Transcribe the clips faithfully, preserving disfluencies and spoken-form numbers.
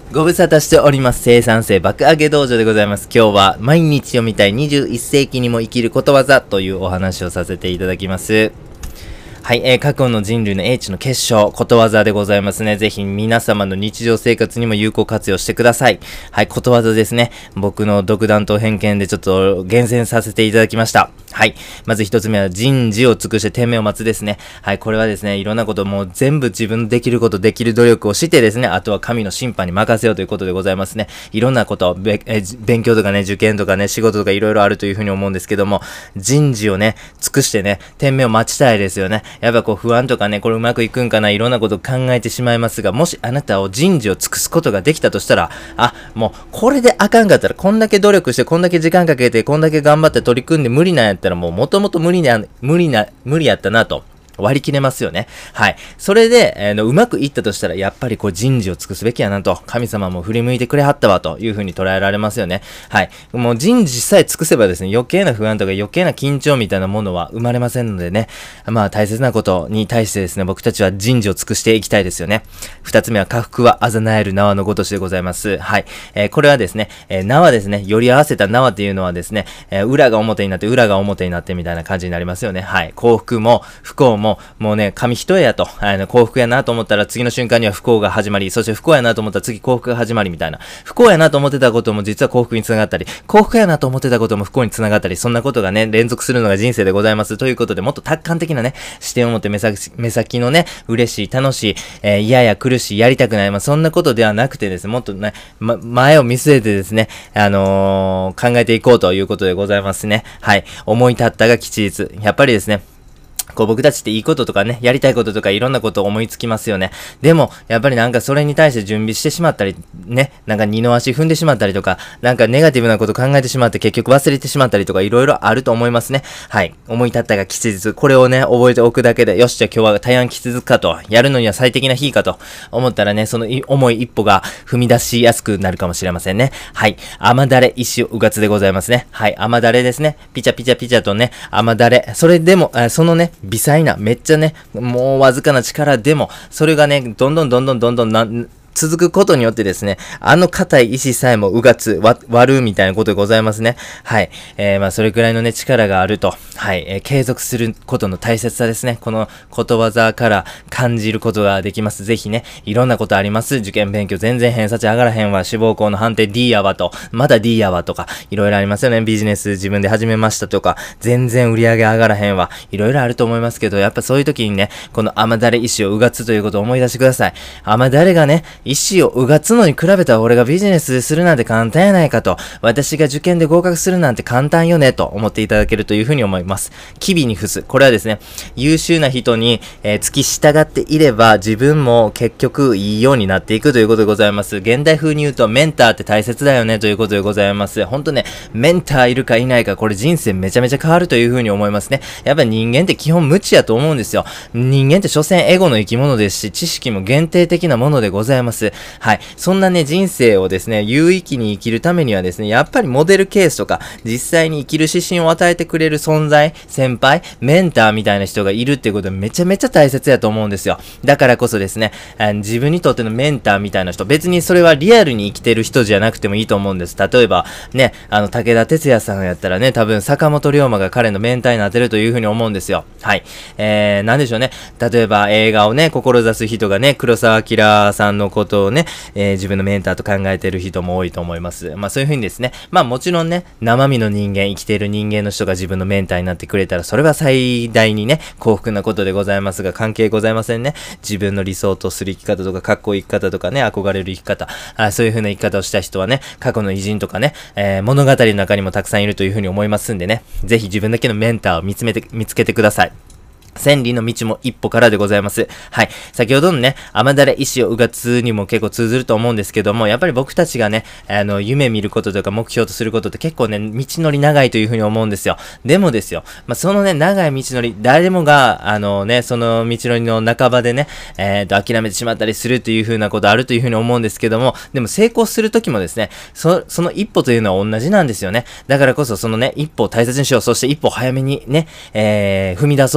ご無沙汰しております。生産性爆上げ道場でございます。今日は毎日読みたいにじゅういっ世紀にも生きることわざというお話をさせていただきます。はい、えー、過去の人類の英知の結晶、ことわざでございますね。ぜひ皆様の日常生活にも有効活用してください。はい、ことわざですね。僕の独断と偏見でちょっと厳選させていただきました。はい。まず一つ目は人事を尽くして天命を待つですね。はい、これはですね、いろんなこともう全部自分のできること、できる努力をしてですね、あとは神の審判に任せようということでございますね。いろんなこと、べえ勉強とかね、受験とかね、仕事とかいろいろあるというふうに思うんですけども、人事をね、尽くしてね、天命を待ちたいですよね。やっぱこう不安とかね、これうまくいくんかな、いろんなことを考えてしまいますが、もしあなたを人事を尽くすことができたとしたら、あ、もうこれであかんかったら、こんだけ努力して、こんだけ時間かけて、こんだけ頑張って取り組んで無理なんやったら、もうもともと無理な、無理な、無理やったなと。割り切れますよね。はい。それで、えー、のうまくいったとしたら、やっぱりこう人事を尽くすべきやなと、神様も振り向いてくれはったわというふうに捉えられますよね。はい。もう人事さえ尽くせばですね、余計な不安とか余計な緊張みたいなものは生まれませんのでね。まあ大切なことに対してですね、僕たちは人事を尽くしていきたいですよね。二つ目は、下腹はあざなえる縄のごとしでございます。はい。えー、これはですね、えー、縄ですね、より合わせた縄っていうのはですね、えー、裏が表になって、裏が表になってみたいな感じになりますよね。はい。幸福も不幸ももうね、紙一重やと、あの、幸福やなと思ったら次の瞬間には不幸が始まり、そして不幸やなと思ったら次幸福が始まりみたいな。不幸やなと思ってたことも実は幸福につながったり、幸福やなと思ってたことも不幸につながったり、そんなことがね、連続するのが人生でございます。ということで、もっと達観的なね、視点を持って目先、目先のね、嬉しい、楽しい、えー、嫌や苦しい、やりたくない、まあ、そんなことではなくてですね、もっとね、ま、前を見据えてですね、あのー、考えていこうということでございますね。はい。思い立ったが吉日。やっぱりですね、こう僕たちっていいこととかね、やりたいこととかいろんなことを思いつきますよね。でも、やっぱりなんかそれに対して準備してしまったり、ね、なんか二の足踏んでしまったりとか、なんかネガティブなこと考えてしまって結局忘れてしまったりとかいろいろあると思いますね。はい。思い立ったが吉日。これをね、覚えておくだけで、よし、じゃあ今日は大安吉日かと、やるのには最適な日かと思ったらね、その重い一歩が踏み出しやすくなるかもしれませんね。はい。雨だれ石をうがつでございますね。はい。雨だれですね。ピチャピチャピチャとね、雨だれ。それでも、そのね、微細な、めっちゃね、もうわずかな力でも、それがね、どんどんどんどんどんどんな、続くことによってですね、あの硬い石さえもうがつ、割るみたいなことでございますね。はい。えー、まあ、それくらいのね、力があると。はい。えー、継続することの大切さですね。このことわざから感じることができます。ぜひね、いろんなことあります。受験勉強全然偏差値上がらへんわ。志望校の判定 D やわと。まだ D やわとか、いろいろありますよね。ビジネス自分で始めましたとか、全然売り上げ上がらへんわ。いろいろあると思いますけど、やっぱそういう時にね、この雨だれ石をうがつということを思い出してください。雨だれがね、石をうがつのに比べたら俺がビジネスするなんて簡単やないかと、私が受験で合格するなんて簡単よねと思っていただけるというふうに思います。機微に付す。これはですね、優秀な人に、えー、付き従っていれば自分も結局いいようになっていくということでございます。現代風に言うとメンターって大切だよねということでございます。ほんとね、メンターいるかいないかこれ人生めちゃめちゃ変わるというふうに思いますね。やっぱり人間って基本無知やと思うんですよ。人間って所詮エゴの生き物ですし、知識も限定的なものでございます。はい。そんなね、人生をですね、有意義に生きるためにはですね、やっぱりモデルケースとか、実際に生きる指針を与えてくれる存在、先輩、メンターみたいな人がいるっていうことはめちゃめちゃ大切やと思うんですよ。だからこそですね、あの自分にとってのメンターみたいな人、別にそれはリアルに生きてる人じゃなくてもいいと思うんです。例えば、ね、あの、武田鉄矢さんやったらね、多分坂本龍馬が彼のメンターになってるというふうに思うんですよ。はい。えー、なんでしょうね。例えば映画をね、志す人がね、黒澤明さんのことをね、えー、自分のメンターと考えている人も多いと思います。まあそういう風にですね、まあもちろんね、生身の人間、生きている人間の人が自分のメンターになってくれたら、それは最大にね、幸福なことでございますが、関係ございませんね。自分の理想とする生き方とか、かっこいい生き方とかね、憧れる生き方、あそういう風な生き方をした人はね、過去の偉人とかね、えー、物語の中にもたくさんいるという風に思いますんでね、ぜひ自分だけのメンターを見つめて、見つけてください。千里の道も一歩からでございます。はい。先ほどのね、雨だれ石をうがつにも結構通ずると思うんですけども、やっぱり僕たちがね、あの、夢見ることとか目標とすることって結構ね、道のり長いというふうに思うんですよ。でもですよ、まあ、そのね、長い道のり、誰もが、あのね、その道のりの半ばでね、えーと、諦めてしまったりするというふうなことあるというふうに思うんですけども、でも成功するときもですね、そ、その一歩というのは同じなんですよね。だからこそそのね、一歩を大切にしよう。そして一歩早めにね、えー、踏み出そうということで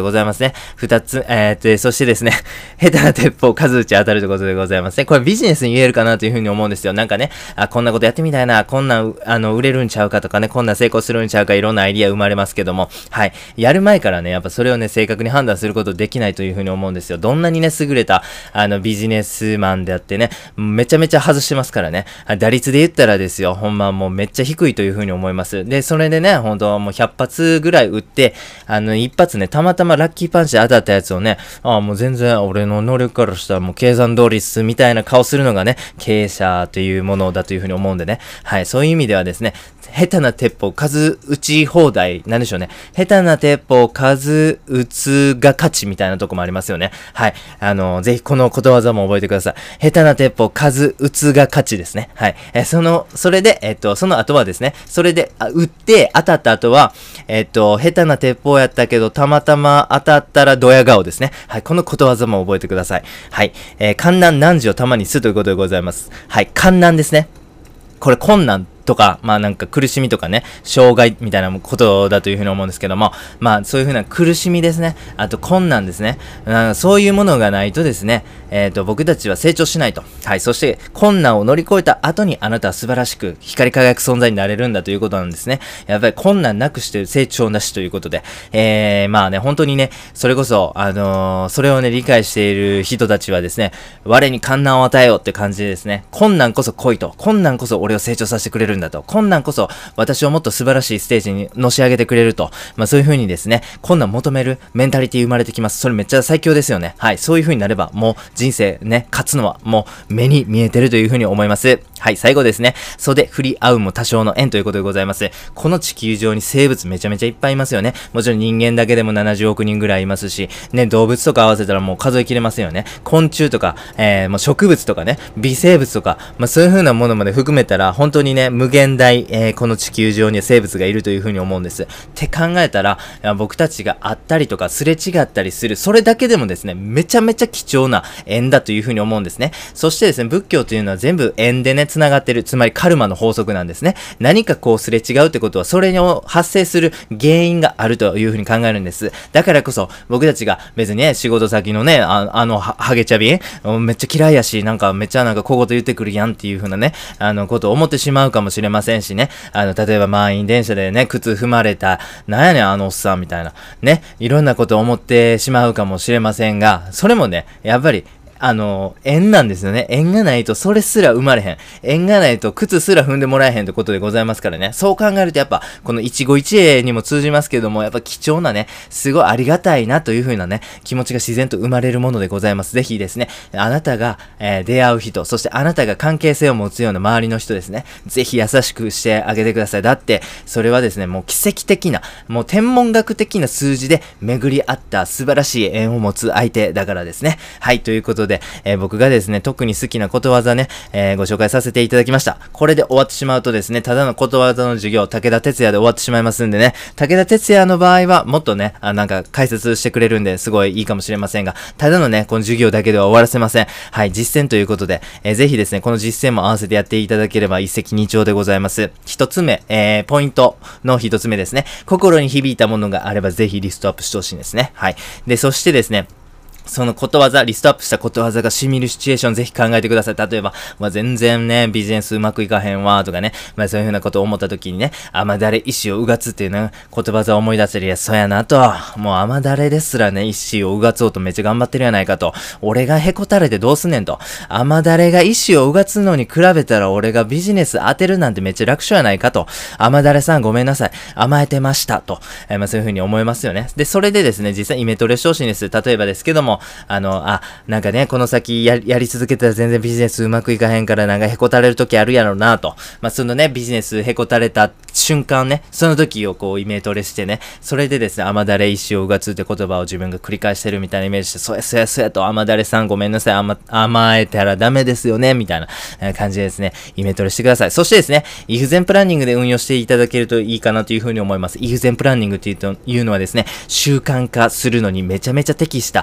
ございますね。二つ、えー、っと、そしてですね、下手な鉄砲数打ち当たるということでございますね。これビジネスに言えるかなというふうに思うんですよ。なんかね、あ、こんなことやってみたいな、こんなん、あの、売れるんちゃうかとかね、こんなん成功するんちゃうか、いろんなアイディア生まれますけども、はい。やる前からね、やっぱそれをね、正確に判断することできないというふうに思うんですよ。どんなにね、優れた、あの、ビジネスマンであってね、めちゃめちゃ外してますからね。打率で言ったらですよ、ほんまもうめっちゃ低いというふうに思います。で、それでね、ほんともうひゃく発ぐらい打って、あの、一発ね、たまたまラッキーパンチで当たったやつをね、ああ、もう全然俺の能力からしたらもう計算通りっす、みたいな顔するのがね、経営者というものだというふうに思うんでね。はい、そういう意味ではですね、下手な鉄砲数打ち放題、なんでしょうね。下手な鉄砲数打つが勝ちみたいなとこもありますよね。はい。あの、ぜひこのことわざも覚えてください。下手な鉄砲数打つが勝ちですね。はい。えー、その、それで、えっと、その後はですね、それで、あ、打って当たった後は、えっと、下手な鉄砲やったけど、たまたま当たったらドヤ顔ですね。はい。このことわざも覚えてください。はい。えー、困難難事をたまにすということでございます。はい。困難ですね。これ困難とか、まあなんか苦しみとかね、障害みたいなことだというふうに思うんですけども、まあそういうふうな苦しみですね。あと困難ですね。そういうものがないとですね、えっと、僕たちは成長しないと。はい。そして困難を乗り越えた後にあなたは素晴らしく光り輝く存在になれるんだということなんですね。やっぱり困難なくして成長なしということで、えー、まあね、本当にね、それこそ、あのー、それをね、理解している人たちはですね、我に困難を与えようって感じでですね、困難こそ来いと。困難こそ俺を成長させてくれるんだと。困難こそ私をもっと素晴らしいステージにのし上げてくれると。まあそういう風にですね、困難求めるメンタリティ生まれてきます。それめっちゃ最強ですよね。はい。そういう風になればもう人生ね、勝つのはもう目に見えてるという風に思います。はい。最後ですね。袖振り合うも多少の縁ということでございます。この地球上に生物めちゃめちゃいっぱいいますよね。もちろん人間だけでもななじゅうおくにんぐらいいますし、ね、動物とか合わせたらもう数えきれませんよね。昆虫とか、えー、もう植物とかね、微生物とか、まあそういう風なものまで含めたら本当にね、無限大、えー、この地球上には生物がいるというふうに思うんです。って考えたら、僕たちが会ったりとかすれ違ったりする、それだけでもですね、めちゃめちゃ貴重な縁だというふうに思うんですね。そしてですね、仏教というのは全部縁でね、繋がってる、つまりカルマの法則なんですね。何かこうすれ違うってことは、それに発生する原因があるというふうに考えるんです。だからこそ、僕たちが別にね、仕事先のね、あ, あの、ハゲチャビめっちゃ嫌いやし、なんかめっちゃなんか小言言ってくるやんっていうふうなね、あのことを思ってしまうかもしれませんしね。あの、例えば満員電車でね、靴踏まれた、なんやねんあのおっさんみたいな、ね、いろんなことを思ってしまうかもしれませんが、それもね、やっぱり、あの、縁なんですよね。縁がないとそれすら生まれへん。縁がないと靴すら踏んでもらえへんってことでございますからね。そう考えるとやっぱ、この一期一会にも通じますけども、やっぱ貴重なね、すごいありがたいなという風なね、気持ちが自然と生まれるものでございます。ぜひですね、あなたが、えー、出会う人、そしてあなたが関係性を持つような周りの人ですね、ぜひ優しくしてあげてください。だって、それはですね、もう奇跡的な、もう天文学的な数字で巡り合った素晴らしい縁を持つ相手だからですね。はい、ということで、えー、僕がですね、特に好きなことわざね、えー、ご紹介させていただきました。これで終わってしまうとですね、ただのことわざの授業、武田鉄矢で終わってしまいますんでね、武田鉄矢の場合はもっとね、あなんか解説してくれるんで、すごいいいかもしれませんが、ただのね、この授業だけでは終わらせません。はい、実践ということで、えー、ぜひですね、この実践も合わせてやっていただければ一石二鳥でございます。一つ目、えー、ポイントの一つ目ですね。心に響いたものがあればぜひリストアップしてほしいんですね。はい。で、そしてですね、そのことわざ、リストアップしたことわざが染みるシチュエーションぜひ考えてください。例えば、まあ、全然ね、ビジネスうまくいかへんわ、とかね、まあそういうふうなことを思った時にね、甘だれ石をうがつっていうね、ことわざを思い出せるやつ、そうやなと、もう甘だれですらね、石をうがつおうとめっちゃ頑張ってるやないかと、俺がへこたれてどうすんねんと、甘だれが石をうがつのに比べたら俺がビジネス当てるなんてめっちゃ楽勝やないかと、甘だれさんごめんなさい、甘えてましたと、えー、まあそういうふうに思いますよね。で、それでですね、実際イメトレしてほしいんです。例えばですけども、あの、あ、なんかね、この先や、やり続けたら全然ビジネスうまくいかへんからなんかへこたれる時あるやろうなと。まあ、そのね、ビジネスへこたれた瞬間ね、その時をこうイメトレしてね、それでですね、甘だれ石をうがつって言葉を自分が繰り返してるみたいなイメージして、そうやそうやそうやと、甘だれさんごめんなさい、甘、甘えたらダメですよね、みたいな、えー、感じでですね、イメトレしてください。そしてですね、イフゼンプランニングで運用していただけるといいかなというふうに思います。イフゼンプランニングっていうというのはですね、習慣化するのにめちゃめちゃ適した、めちゃ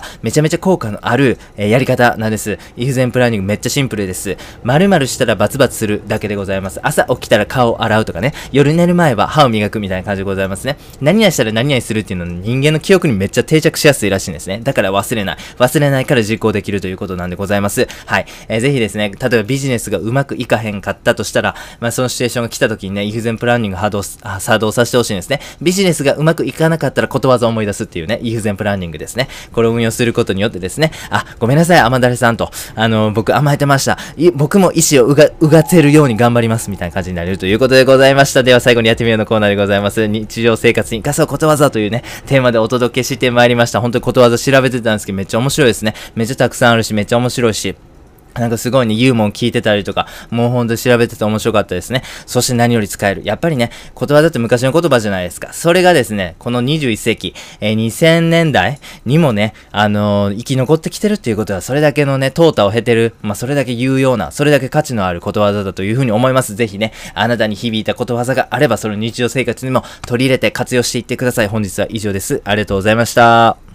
ゃめちゃ効果のある、えー、やり方なんです。イフゼンプランニングめっちゃシンプルです。〇〇したらバツバツするだけでございます。朝起きたら顔を洗うとかね、夜寝る前は歯を磨くみたいな感じでございますね。何々したら何々するっていうのは人間の記憶にめっちゃ定着しやすいらしいんですね。だから忘れない。忘れないから実行できるということなんでございます。はい。えー、ぜひですね、例えばビジネスがうまくいかへんかったとしたら、まあそのシチュエーションが来た時にね、イフゼンプランニング作動、作動させてほしいんですね。ビジネスがうまくいかなかったらことわざを思い出すっていうね、イフゼンプランニングですね。これを運用することによってですね、あ、ごめんなさい、甘だれさんと。あの、僕甘えてました。い僕も意思をうが、うがせるように頑張ります。みたいな感じになれるということでございました。では最後にやってみようのコーナーでございます。日常生活に生かそうことわざというね、テーマでお届けしてまいりました。本当にことわざ調べてたんですけど、めっちゃ面白いですね。めっちゃたくさんあるし、めっちゃ面白いし。なんかすごいね、ユーモン聞いてたりとか、もうほんと調べてて面白かったですね。そして何より使える。やっぱりね、ことわざって昔の言葉じゃないですか。それがですね、このにじゅういっ世紀、えー、にせんねんだいにもね、あのー、生き残ってきてるっていうことは、それだけのね、淘汰を経てる、まあ、それだけ有用な、それだけ価値のあることわざだというふうに思います。ぜひね、あなたに響いたことわざがあれば、その日常生活にも取り入れて活用していってください。本日は以上です。ありがとうございました。